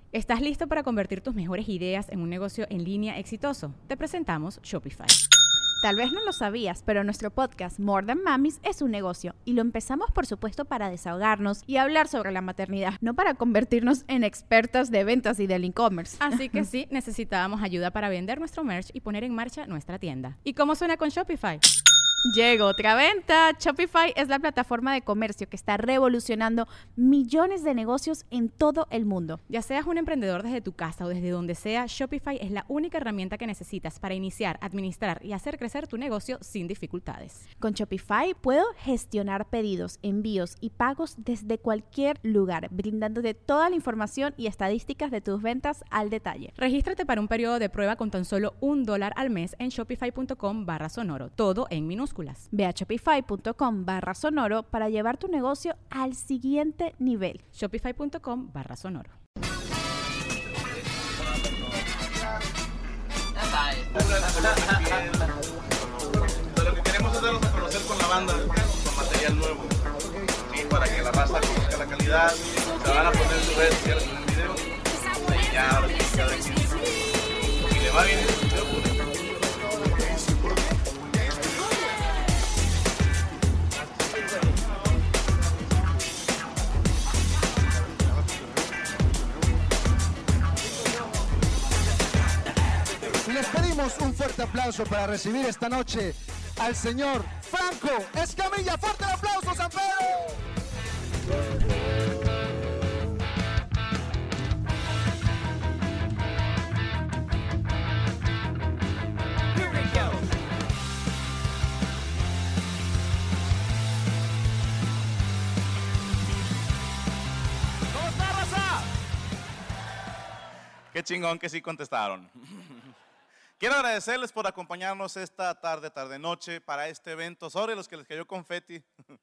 ¿Estás listo para convertir tus mejores ideas en un negocio en línea exitoso? Te presentamos Shopify. Tal vez no lo sabías, pero nuestro podcast More Than Mamis es un negocio y lo empezamos por supuesto para desahogarnos y hablar sobre la maternidad, no para convertirnos en expertas de ventas y del e-commerce. Así que sí, necesitábamos ayuda para vender nuestro merch y poner en marcha nuestra tienda. ¿Y cómo suena con Shopify? Llegó otra venta. Shopify es la plataforma de comercio que está revolucionando millones de negocios en todo el mundo. Ya seas un emprendedor desde tu casa o desde donde sea, Shopify es la única herramienta que necesitas para iniciar, administrar y hacer crecer tu negocio sin dificultades. Con Shopify puedo gestionar pedidos, envíos y pagos desde cualquier lugar, brindándote toda la información y estadísticas de tus ventas al detalle. Regístrate para un periodo de prueba con tan solo $1 al mes en shopify.com/sonoro, todo en minúsculas. Ve a shopify.com/sonoro para llevar tu negocio al siguiente nivel. Shopify.com/sonoro. Lo que queremos es darnos a conocer con la banda, con material nuevo, ¿sí? Para que la raza conozca la calidad, se van a poner en sus redes sociales en el video, y ya ahora sí, cada quien. Si le va bien el video, pues. Les pedimos un fuerte aplauso para recibir esta noche al señor Franco Escamilla. ¡Fuerte el aplauso, San Pedro! ¿Cómo está, raza? Qué chingón que sí contestaron. Quiero agradecerles por acompañarnos esta tarde-noche para este evento. Sobre los que les cayó confeti.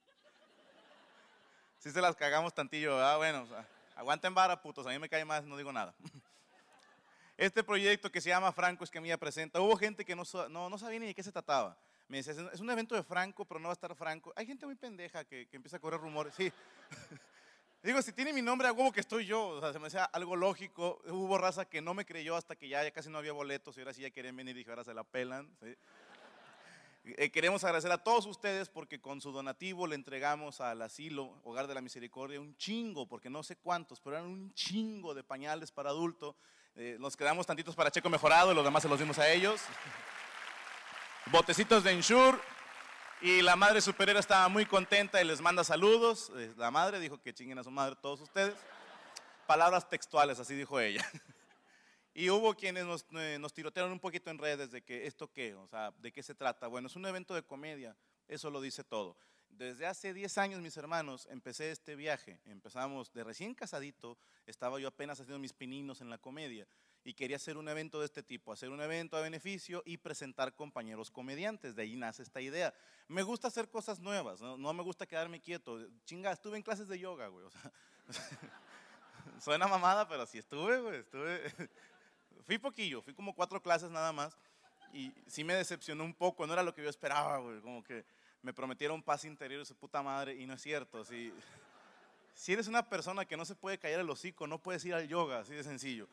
Sí se las cagamos tantillo, ¿verdad? Bueno, o sea, aguanten vara, putos, a mí me cae más, no digo nada. Este proyecto que se llama Franco Escamilla Presenta, hubo gente que no sabía ni de qué se trataba. Me decía, es un evento de Franco, pero no va a estar Franco. Hay gente muy pendeja que empieza a correr rumores, sí. Digo, si tiene mi nombre, a huevo que estoy yo. O sea, se me hacía algo lógico. Hubo raza que no me creyó hasta que ya casi no había boletos y ahora sí ya querían venir y dije, ahora se la pelan. ¿Sí? Queremos agradecer a todos ustedes porque con su donativo le entregamos al asilo Hogar de la Misericordia un chingo, porque no sé cuántos, pero eran un chingo de pañales para adulto. Nos quedamos tantitos para Checo Mejorado y los demás se los dimos a ellos. Botecitos de Ensure. Y la madre superiora estaba muy contenta y les manda saludos. La madre dijo que chinguen a su madre todos ustedes. Palabras textuales, así dijo ella. Y hubo quienes nos tirotearon un poquito en redes de que esto qué, o sea, de qué se trata. Bueno, es un evento de comedia, eso lo dice todo. Desde hace 10 años, mis hermanos, empecé este viaje. Empezamos de recién casadito, estaba yo apenas haciendo mis pininos en la comedia. Y quería hacer un evento de este tipo, hacer un evento a beneficio y presentar compañeros comediantes. De ahí nace esta idea. Me gusta hacer cosas nuevas, no me gusta quedarme quieto. Chinga, estuve en clases de yoga, güey. O sea, suena mamada, pero sí estuve, güey. Fui poquillo, fui como 4 clases nada más. Y sí me decepcionó un poco, no era lo que yo esperaba, güey. Como que me prometieron paz interior de su puta madre y no es cierto. Si eres una persona que no se puede callar el hocico, no puedes ir al yoga, así de sencillo.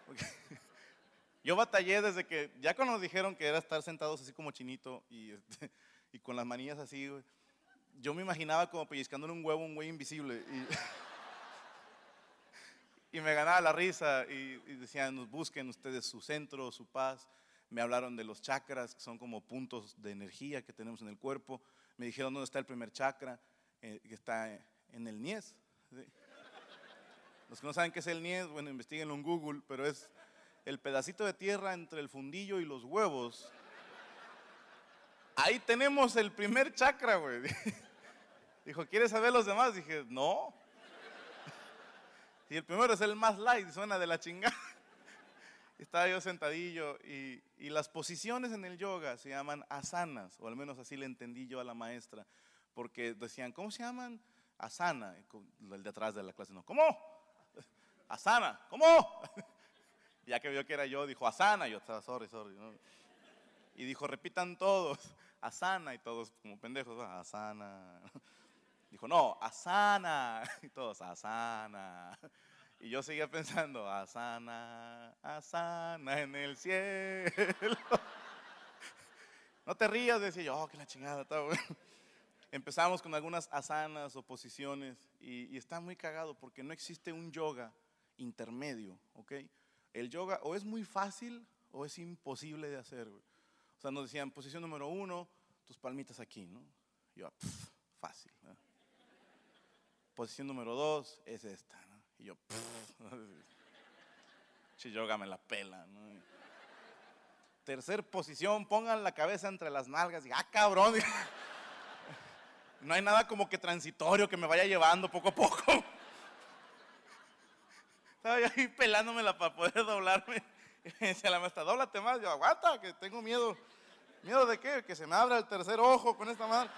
Yo batallé desde que, ya cuando nos dijeron que era estar sentados así como chinito y con las manillas así, güey, yo me imaginaba como pellizcándole un huevo a un güey invisible y me ganaba la risa y decían, nos busquen ustedes su centro, su paz. Me hablaron de los chakras, que son como puntos de energía que tenemos en el cuerpo. Me dijeron dónde está el primer chakra, que está en el niés. ¿Sí? Los que no saben qué es el niés, bueno, investiguenlo en Google, pero es el pedacito de tierra entre el fundillo y los huevos. Ahí tenemos el primer chakra, güey. Dijo, ¿quieres saber los demás? Dije, no. Y el primero es el más light, suena de la chingada. Estaba yo sentadillo y las posiciones en el yoga se llaman asanas, o al menos así le entendí yo a la maestra, porque decían, ¿cómo se llaman? Asana. El de atrás de la clase, no, ¿cómo? Asana, ¿cómo? Ya que vio que era yo, dijo Asana, yo estaba, sorry, ¿no? Y dijo, repitan todos, Asana, y todos como pendejos, Asana. Dijo, no, Asana, y todos, Asana. Y yo seguía pensando, asana en el cielo. No te rías, decía yo, que la chingada, está bueno. Empezamos con algunas asanas o posiciones y está muy cagado porque no existe un yoga intermedio, ¿ok? El yoga o es muy fácil o es imposible de hacer, güey. O sea, nos decían, posición número 1, tus palmitas aquí, ¿no? Y yo, fácil, ¿no? Posición número 2 es esta, ¿no? Y yo, yoga me la pela, ¿no? Tercer posición, pongan la cabeza entre las nalgas y cabrón. No hay nada como que transitorio que me vaya llevando poco a poco. Estaba yo ahí pelándomela para poder doblarme. Y me decía la maestra, dóblate más. Yo, aguanta, que tengo miedo. ¿Miedo de qué? Que se me abra el tercer ojo con esta madre.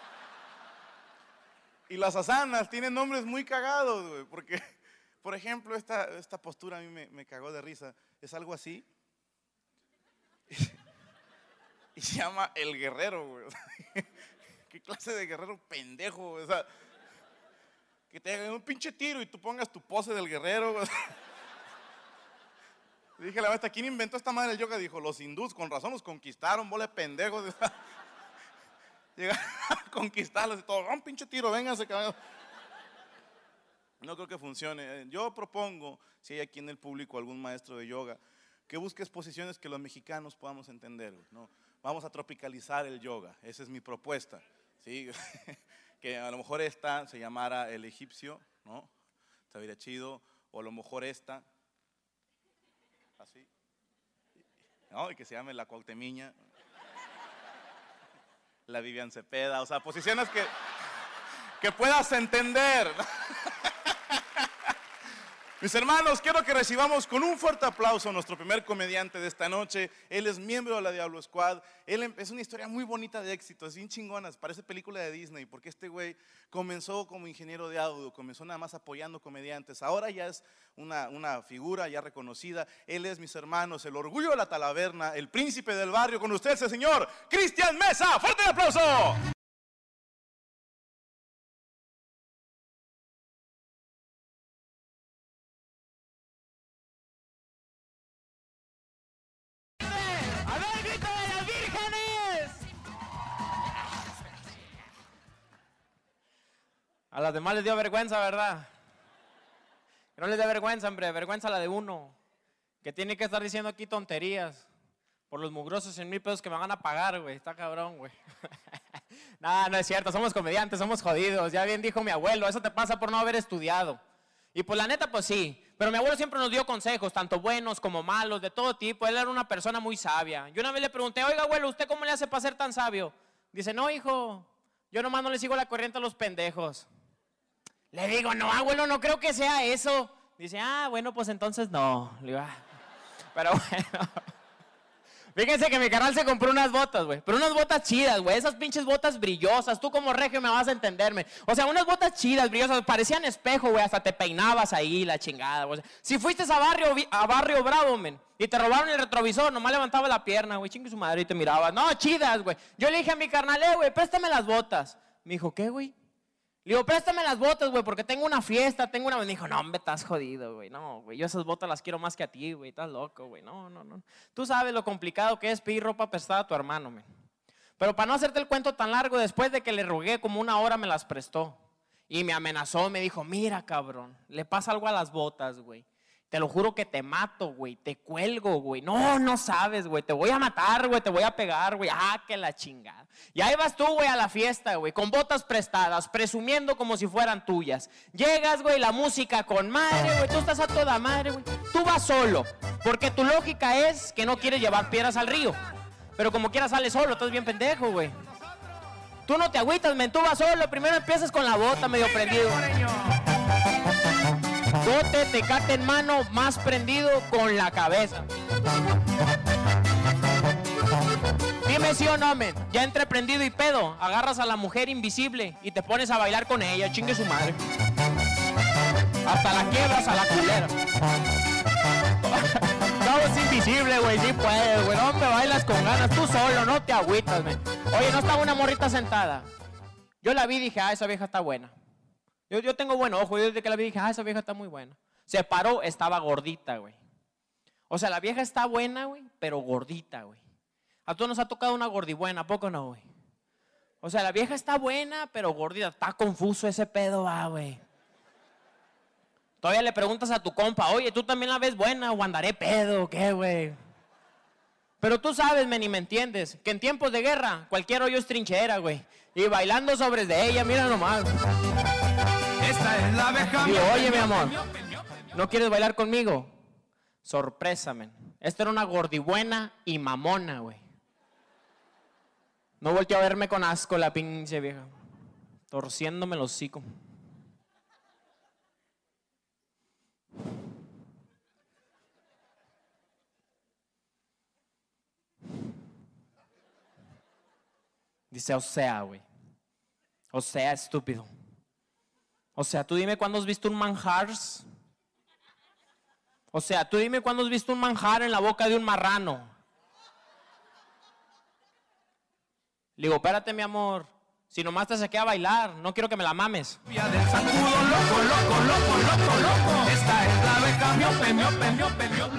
Y las asanas tienen nombres muy cagados, güey. Porque, por ejemplo, esta postura a mí me cagó de risa. Es algo así. Y se llama el guerrero, güey. ¿Qué clase de guerrero pendejo, güey? O sea, que te hagan un pinche tiro y tú pongas tu pose del guerrero, güey. Le dije a la maestra, ¿quién inventó esta madre del yoga? Dijo, los hindús, con razón los conquistaron, bola de pendejos. Llegaron a conquistarlos y todo, un pinche tiro, vénganse, cabrón. No creo que funcione. Yo propongo, si hay aquí en el público algún maestro de yoga, que busques posiciones que los mexicanos podamos entender, ¿no? Vamos a tropicalizar el yoga, esa es mi propuesta, ¿sí? Que a lo mejor esta se llamara el egipcio, ¿no? Estaría chido, o a lo mejor esta, así, ¿no? Y que se llame la Cuauhtemiña, la Vivian Cepeda, o sea, posiciones que puedas entender, ¿no? Mis hermanos, quiero que recibamos con un fuerte aplauso a nuestro primer comediante de esta noche. Él es miembro de la Diablo Squad. Es una historia muy bonita de éxito, es bien chingona, parece película de Disney, porque este güey comenzó como ingeniero de audio, comenzó nada más apoyando comediantes. Ahora ya es una figura ya reconocida. Él es, mis hermanos, el orgullo de la Talaverna, el príncipe del barrio. Con ustedes, el señor Cristian Mesa. ¡Fuerte el aplauso! A las demás les dio vergüenza, ¿verdad? Que no les dé vergüenza, hombre, vergüenza la de uno. Que tiene que estar diciendo aquí tonterías por los mugrosos 100,000 pesos que me van a pagar, güey. Está cabrón, güey. No es cierto, somos comediantes, somos jodidos. Ya bien dijo mi abuelo, eso te pasa por no haber estudiado. Y pues la neta, pues sí. Pero mi abuelo siempre nos dio consejos, tanto buenos como malos, de todo tipo. Él era una persona muy sabia. Yo una vez le pregunté, oiga, abuelo, ¿usted cómo le hace para ser tan sabio? Dice, no, hijo, yo nomás no le sigo la corriente a los pendejos. Le digo, no, abuelo, no creo que sea eso. Dice, bueno, pues entonces no. Le digo, pero bueno. Fíjense que mi carnal se compró unas botas, güey. Pero unas botas chidas, güey. Esas pinches botas brillosas. Tú como regio me vas a entenderme. O sea, unas botas chidas, brillosas. Parecían espejo, güey. Hasta te peinabas ahí, la chingada, güey. Si fuiste a Barrio Bravo, men, y te robaron el retrovisor, nomás levantabas la pierna, güey. Chingue su madre y te mirabas. No, chidas, güey. Yo le dije a mi carnal, güey, préstame las botas. Me dijo, ¿qué, güey? Le digo, préstame las botas, güey, porque tengo una fiesta, Me dijo, no, hombre, estás jodido, güey. No, güey, yo esas botas las quiero más que a ti, güey. Estás loco, güey. No. Tú sabes lo complicado que es pedir ropa prestada a tu hermano, men. Pero para no hacerte el cuento tan largo, después de que le rogué como 1 hora, me las prestó. Y me amenazó, me dijo, mira, cabrón, le pasa algo a las botas, güey. Te lo juro que te mato, güey, te cuelgo, güey. No sabes, güey, te voy a matar, güey, te voy a pegar, güey. Que la chingada. Y ahí vas tú, güey, a la fiesta, güey, con botas prestadas, presumiendo como si fueran tuyas. Llegas, güey, la música con madre, güey, tú estás a toda madre, güey. Tú vas solo, porque tu lógica es que no quieres llevar piedras al río. Pero como quieras sales solo, estás bien pendejo, güey. Tú no te agüitas, men, tú vas solo, primero empiezas con la bota medio prendido. Bote, tecate en mano, más prendido con la cabeza. Dime sí o no, men. Ya entre prendido y pedo, agarras a la mujer invisible y te pones a bailar con ella, chingue su madre. Hasta la quiebras a la culera. No, es invisible, güey, sí puedes, güey. No me bailas con ganas, tú solo, no te agüitas, men. Oye, no estaba una morrita sentada. Yo la vi y dije, esa vieja está buena. Yo tengo buen ojo, yo desde que la vi dije, esa vieja está muy buena. Se paró, estaba gordita, güey. O sea, la vieja está buena, güey, pero gordita, güey. A todos nos ha tocado una gordibuena, ¿a poco no, güey? O sea, la vieja está buena, pero gordita. Está confuso ese pedo, va, güey. Todavía le preguntas a tu compa, oye, ¿tú también la ves buena o andaré pedo o qué, güey? Pero tú sabes, men, y me entiendes, que en tiempos de guerra cualquier hoyo es trinchera, güey. Y bailando sobre de ella, mira nomás. Esta es la abeja. Digo, oye, mi amor, ¿no quieres bailar conmigo? Sorpresa, men. Esta era una gordibuena y mamona, güey. No volteó a verme con asco la pinche vieja, torciéndome el hocico. Dice, o sea, güey. O sea, estúpido. O sea, tú dime cuándo has visto un manjar. O sea, tú dime cuándo has visto un manjar en la boca de un marrano. Le digo, espérate, mi amor. Si nomás te saqué a bailar, no quiero que me la mames. Del zancudo, loco, loco, loco, loco, loco. Esta es la abeja miope, miope, miope, miope.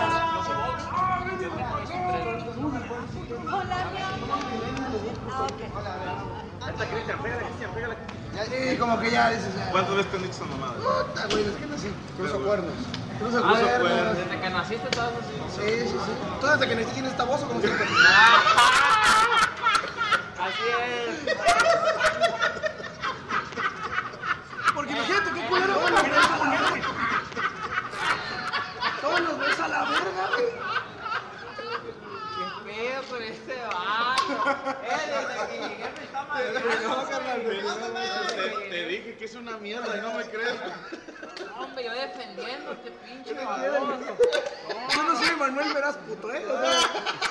Sí, como que ya dices. ¿Cuántas veces te han dicho esa mamada? Puta, güey, es que no sé. Cruzo cuernos. Cruzo A ver, cuernos. desde que naciste todas así. Sí, sí, sí. ¿Tú desde que naciste tienes esta voz o cómo se llama? Así es. Porque imagínate qué culero con la güey. Todos los ves a la verga, güey. ¿Qué pedo con este vato? Desde que llegué me está Te dije que es una mierda y no me crees. Hombre, yo defendiendo este pinche baboso. Yo no soy Manuel Veraz, puto, ¿eh? O sea,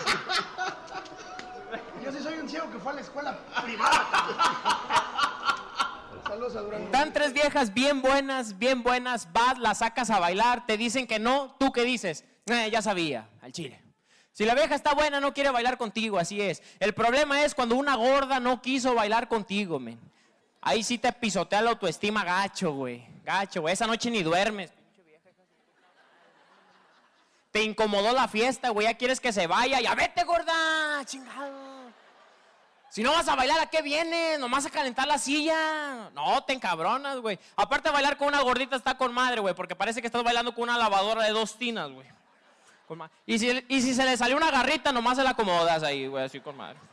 yo sí soy un ciego que fue a la escuela privada. Saludos a Durango. Están tres viejas bien buenas, vas, las sacas a bailar, te dicen que no, ¿tú qué dices? Ya sabía, al chile. Si la vieja está buena, no quiere bailar contigo, así es. El problema es cuando una gorda no quiso bailar contigo, men. Ahí sí te pisotea la autoestima gacho, güey. Gacho, güey. Esa noche ni duermes. Te incomodó la fiesta, güey. Ya quieres que se vaya. Ya vete, gorda. Chingado. Si no vas a bailar, ¿a qué vienes? ¿Nomás a calentar la silla? No, te encabronas, güey. Aparte, bailar con una gordita está con madre, güey. Porque parece que estás bailando con una lavadora de 2 tinas, güey. Y si se le salió una garrita, nomás se la acomodas ahí, güey, así con madre.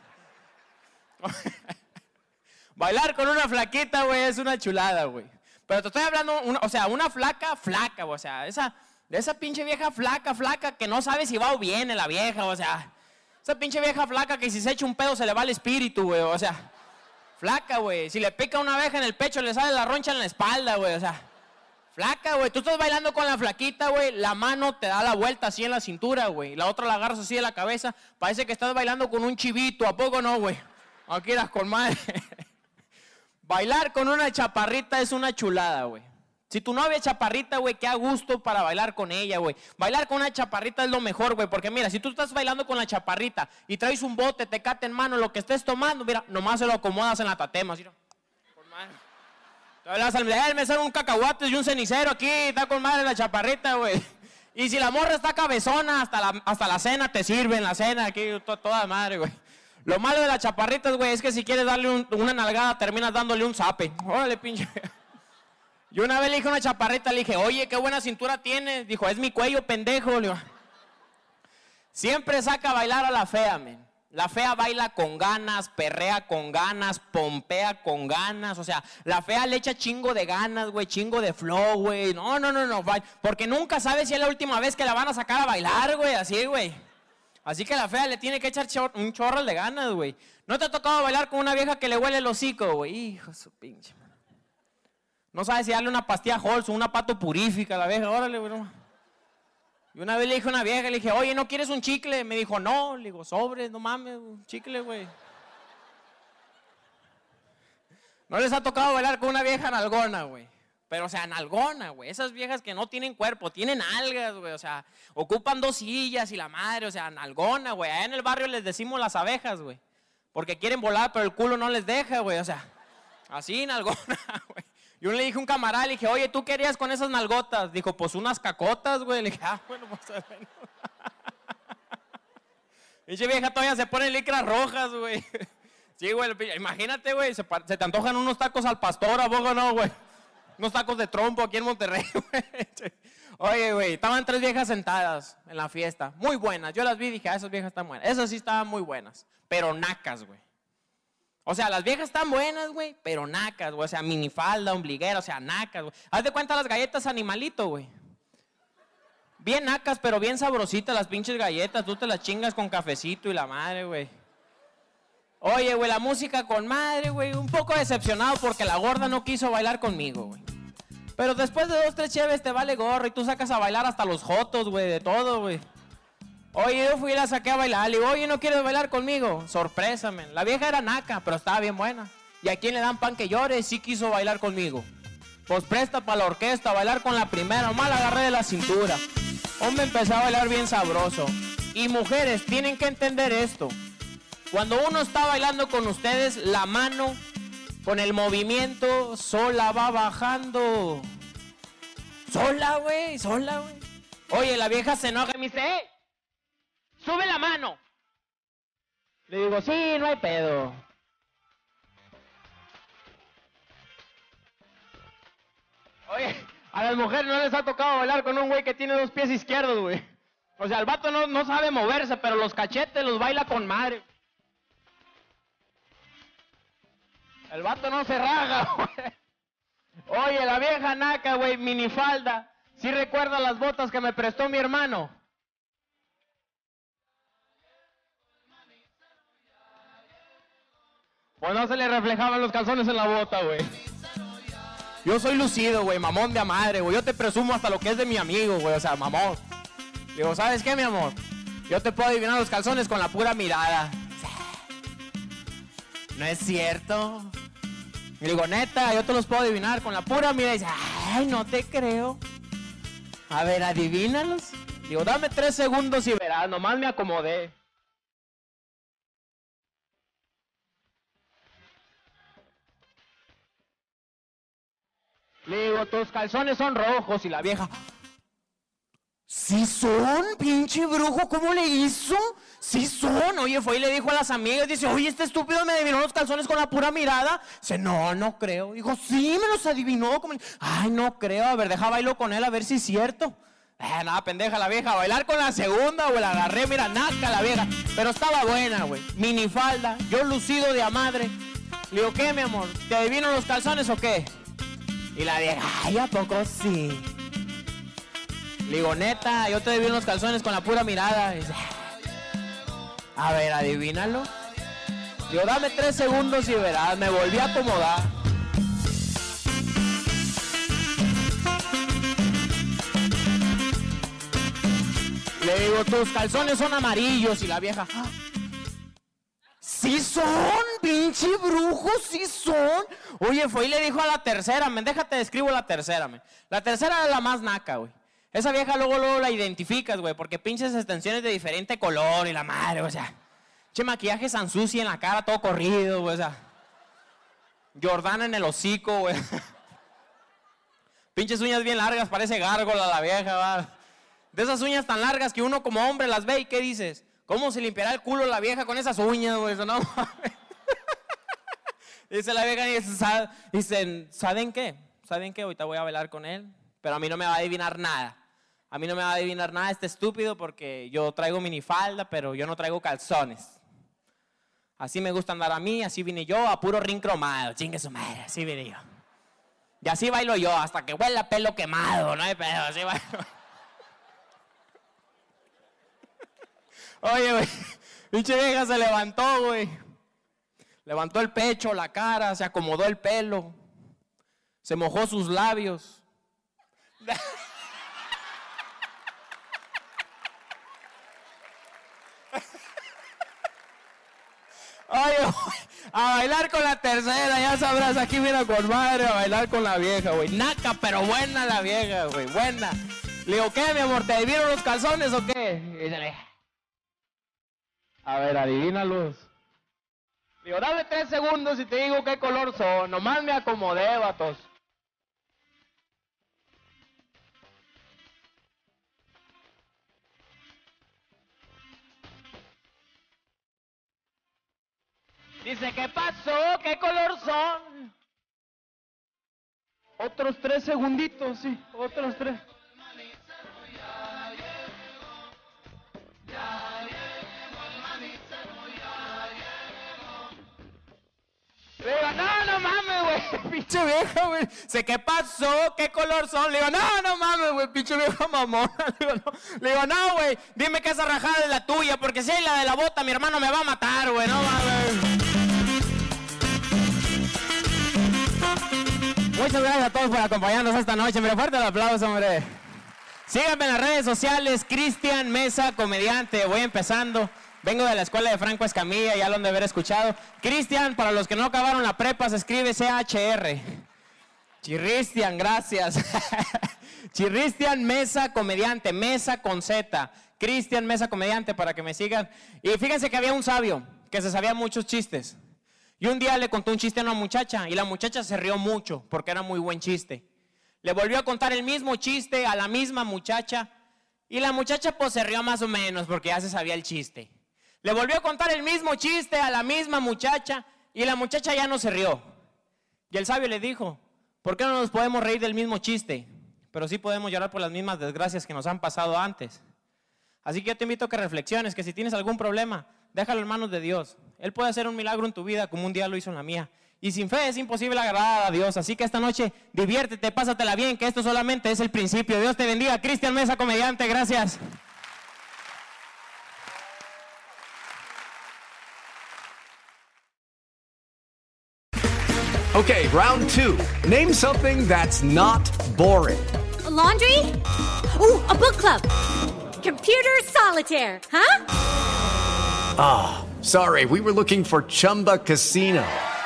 Bailar con una flaquita, güey, es una chulada, güey. Pero te estoy hablando, una flaca, güey. O sea, esa pinche vieja flaca, que no sabe si va o viene la vieja, o sea. Esa pinche vieja flaca que si se echa un pedo se le va el espíritu, güey, o sea. Flaca, güey. Si le pica una abeja en el pecho, le sale la roncha en la espalda, güey, o sea. Flaca, güey, tú estás bailando con la flaquita, güey, la mano te da la vuelta así en la cintura, güey, la otra la agarras así de la cabeza, parece que estás bailando con un chivito, ¿a poco no, güey? Aquí eras con madre. Bailar con una chaparrita es una chulada, güey. Si tu novia es chaparrita, güey, qué a gusto para bailar con ella, güey. Bailar con una chaparrita es lo mejor, güey, porque mira, si tú estás bailando con la chaparrita y traes un bote, tecate en mano, lo que estés tomando, mira, nomás se lo acomodas en la tatema, así, ¿no? Por madre. Me sale un cacahuate y un cenicero aquí, está con madre la chaparrita, güey. Y si la morra está cabezona, hasta la cena te sirve en la cena, aquí toda madre, güey. Lo malo de las chaparritas, güey, es que si quieres darle una nalgada, terminas dándole un zape. Órale, pinche. Yo una vez le dije a una chaparrita, le dije, oye, qué buena cintura tienes. Dijo, es mi cuello, pendejo. Le digo, siempre saca a bailar a la fea, men. La fea baila con ganas, perrea con ganas, pompea con ganas. O sea, la fea le echa chingo de ganas, güey, chingo de flow, güey. No. Porque nunca sabe si es la última vez que la van a sacar a bailar, güey, así, güey. Así que la fea le tiene que echar un chorro de ganas, güey. ¿No te ha tocado bailar con una vieja que le huele el hocico, güey? Hijo de su pinche. No sabes si darle una pastilla Halls o una pato purífica a la vieja. Órale, güey. Y una vez le dije a una vieja, le dije, oye, ¿no quieres un chicle? Me dijo, no. Le digo, sobre, no mames, un chicle, güey. ¿No les ha tocado bailar con una vieja nalgona, güey? Pero, o sea, nalgona, güey. Esas viejas que no tienen cuerpo, tienen algas, güey. O sea, ocupan 2 sillas y la madre, o sea, nalgona, güey. Allá en el barrio les decimos las abejas, güey. Porque quieren volar, pero el culo no les deja, güey. O sea, así nalgona, güey. Yo le dije a un camarada, le dije, oye, ¿tú qué harías con esas nalgotas? Dijo, pues unas cacotas, güey. Le dije, bueno, pues bueno. Pinche vieja todavía se pone licras rojas, güey. Sí, güey, imagínate, güey, se te antojan unos tacos al pastor, ¿a poco no, güey? Unos tacos de trompo aquí en Monterrey, güey. Oye, güey, estaban 3 viejas sentadas en la fiesta, muy buenas. Yo las vi y dije, esas viejas están buenas. Esas sí estaban muy buenas, pero nacas, güey. O sea, las viejas están buenas, güey, pero nacas, güey. O sea, minifalda, ombliguera, o sea, nacas, güey. Haz de cuenta las galletas Animalito, güey. Bien nacas, pero bien sabrositas las pinches galletas. Tú te las chingas con cafecito y la madre, güey. Oye, güey, la música con madre, güey. Un poco decepcionado porque la gorda no quiso bailar conmigo, güey. Pero después de 2, 3 cheves te vale gorro y tú sacas a bailar hasta los jotos, güey, de todo, güey. Oye, yo fui y la saqué a bailar. Le digo, oye, ¿no quieres bailar conmigo? Sorpresa, men. La vieja era naca, pero estaba bien buena. ¿Y a quién le dan pan que llore? Sí quiso bailar conmigo. Pues presta para la orquesta, bailar con la primera. Nomás la agarré de la cintura. Hombre, empezó a bailar bien sabroso. Y mujeres, tienen que entender esto. Cuando uno está bailando con ustedes, la mano con el movimiento sola va bajando. Sola, güey, sola, güey. Oye, la vieja se enoja y me dice, sube la mano. Le digo, sí, no hay pedo. Oye, a las mujeres no les ha tocado bailar con un güey que tiene 2 pies izquierdos, güey. O sea, el vato no sabe moverse, pero los cachetes los baila con madre. El vato no se raja, güey. Oye, la vieja naca, güey, minifalda. ¿Sí recuerda las botas que me prestó mi hermano? Pues no se le reflejaban los calzones en la bota, güey. Yo soy lucido, güey, mamón de a madre, güey. Yo te presumo hasta lo que es de mi amigo, güey, o sea, mamón. Digo, ¿sabes qué, mi amor? Yo te puedo adivinar los calzones con la pura mirada. ¿No es cierto? Y digo, neta, yo te los puedo adivinar con la pura mirada. Y dice, ay, no te creo. A ver, adivínalos. Digo, dame 3 segundos y verás, nomás me acomodé. Le digo, tus calzones son rojos. Y la vieja, ¿sí son, pinche brujo? ¿Cómo le hizo? Sí son. Oye, fue y le dijo a las amigas, dice, oye, este estúpido me adivinó los calzones con la pura mirada. Dice, no creo. Dijo, sí, me los adivinó. Ay, no creo. A ver, deja bailo con él a ver si es cierto. Nada, pendeja la vieja. Bailar con la segunda, güey, la agarré, mira, naca la vieja. Pero estaba buena, güey. Minifalda, yo lucido de a madre. Le digo, ¿qué, mi amor? ¿Te adivino los calzones o qué? Y la vieja, ay, ¿a poco sí? Le digo, neta, yo te adivino los calzones con la pura mirada. Y dice, a ver, adivínalo. Digo, dame 3 segundos y verás. Me volví a acomodar. Le digo, tus calzones son amarillos. Y la vieja, ¿sí son, pinche brujo? ¿Sí son? Oye, fue y le dijo a la tercera, men, déjate describo la tercera, men. La tercera es la más naca, güey. Esa vieja luego la identificas, güey, porque pinches extensiones de diferente color y la madre, o sea. Che, maquillaje Sansusi en la cara, todo corrido, güey, o sea. Jordana en el hocico, güey. Pinches uñas bien largas, parece gárgola la vieja, va. De esas uñas tan largas que uno como hombre las ve y ¿qué dices? ¿Cómo se limpiará el culo la vieja con esas uñas, güey? No, dice la vieja y dice, ¿saben qué? ¿Saben qué? Ahorita voy a bailar con él, pero a mí no me va a adivinar nada. A mí no me va a adivinar nada este estúpido porque yo traigo minifalda, pero yo no traigo calzones. Así me gusta andar a mí, así vine yo, a puro ring cromado, chingue su madre, así vine yo. Y así bailo yo, hasta que huela pelo quemado, no hay pedo, así bailo. Oye, güey, pinche vieja se levantó, güey. Levantó el pecho, la cara, se acomodó el pelo. Se mojó sus labios. Oye, a bailar con la tercera, ya sabrás, aquí mira con madre, a bailar con la vieja, güey. Naca, pero buena la vieja, güey, buena. Le digo, ¿qué, mi amor? ¿Te adivino los calzones o qué? Y dice, a ver, adivínalos. Le digo, dame 3 segundos y te digo qué color son. Nomás me acomodé, vatos. Dice, ¿qué pasó? ¿Qué color son? Otros 3 segunditos, sí, otros 3. Le digo, no mames, güey, pinche vieja, güey. Sé, ¿qué pasó? ¿Qué color son? Le digo, no mames, güey, pinche vieja mamona. Le digo, no, güey, dime que esa rajada es la tuya, porque si hay la de la bota, mi hermano me va a matar, güey, no mames. Muchas gracias a todos por acompañarnos esta noche, hombre, fuerte el aplauso, hombre. Síganme en las redes sociales, Cristian Mesa, comediante, voy empezando. Vengo de la escuela de Franco Escamilla, ya lo han de haber escuchado. Cristian, para los que no acabaron la prepa, se escribe CHR. Chirristian, gracias. Chirristian Mesa, comediante, Mesa con Z. Cristian Mesa, comediante, para que me sigan. Y fíjense que había un sabio que se sabía muchos chistes. Y un día le contó un chiste a una muchacha, y la muchacha se rió mucho, porque era muy buen chiste. Le volvió a contar el mismo chiste a la misma muchacha, y la muchacha pues se rió más o menos, porque ya se sabía el chiste. Le volvió a contar el mismo chiste a la misma muchacha y la muchacha ya no se rió. Y el sabio le dijo, ¿por qué no nos podemos reír del mismo chiste? Pero sí podemos llorar por las mismas desgracias que nos han pasado antes. Así que yo te invito a que reflexiones, que si tienes algún problema, déjalo en manos de Dios. Él puede hacer un milagro en tu vida como un día lo hizo en la mía. Y sin fe es imposible agradar a Dios. Así que esta noche diviértete, pásatela bien, que esto solamente es el principio. Dios te bendiga. Cristian Mesa, comediante, gracias. Okay, round 2. Name something that's not boring. A laundry? Ooh, a book club. Computer solitaire, huh? Ah, sorry, we were looking for Chumba Casino.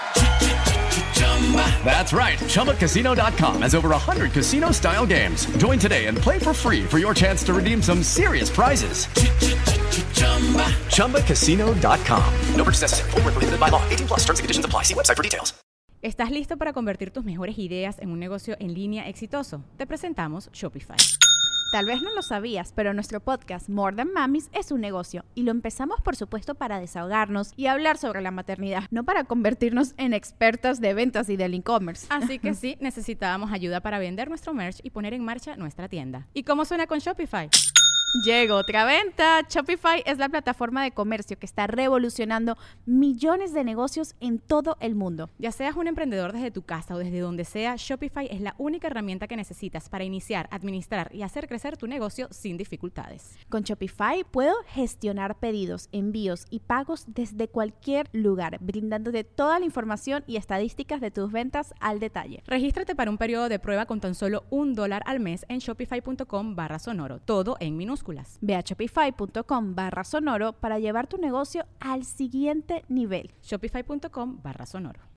That's right, ChumbaCasino.com has over 100 casino-style games. Join today and play for free for your chance to redeem some serious prizes. ChumbaCasino.com. No purchase necessary. Void where prohibited by law. 18+ terms and conditions apply. See website for details. ¿Estás listo para convertir tus mejores ideas en un negocio en línea exitoso? Te presentamos Shopify. Tal vez no lo sabías, pero nuestro podcast More Than Mamis es un negocio y lo empezamos por supuesto para desahogarnos y hablar sobre la maternidad, no para convertirnos en expertas de ventas y del e-commerce. Así que sí, necesitábamos ayuda para vender nuestro merch y poner en marcha nuestra tienda. ¿Y cómo suena con Shopify? Llegó otra venta. Shopify es la plataforma de comercio que está revolucionando millones de negocios en todo el mundo. Ya seas un emprendedor desde tu casa o desde donde sea, Shopify es la única herramienta que necesitas para iniciar, administrar y hacer crecer tu negocio sin dificultades. Con Shopify puedo gestionar pedidos, envíos y pagos desde cualquier lugar, brindándote toda la información y estadísticas de tus ventas al detalle. Regístrate para un periodo de prueba con tan solo $1 al mes en shopify.com/sonoro, todo en minúsculas. Ve a shopify.com/sonoro para llevar tu negocio al siguiente nivel. Shopify.com/sonoro.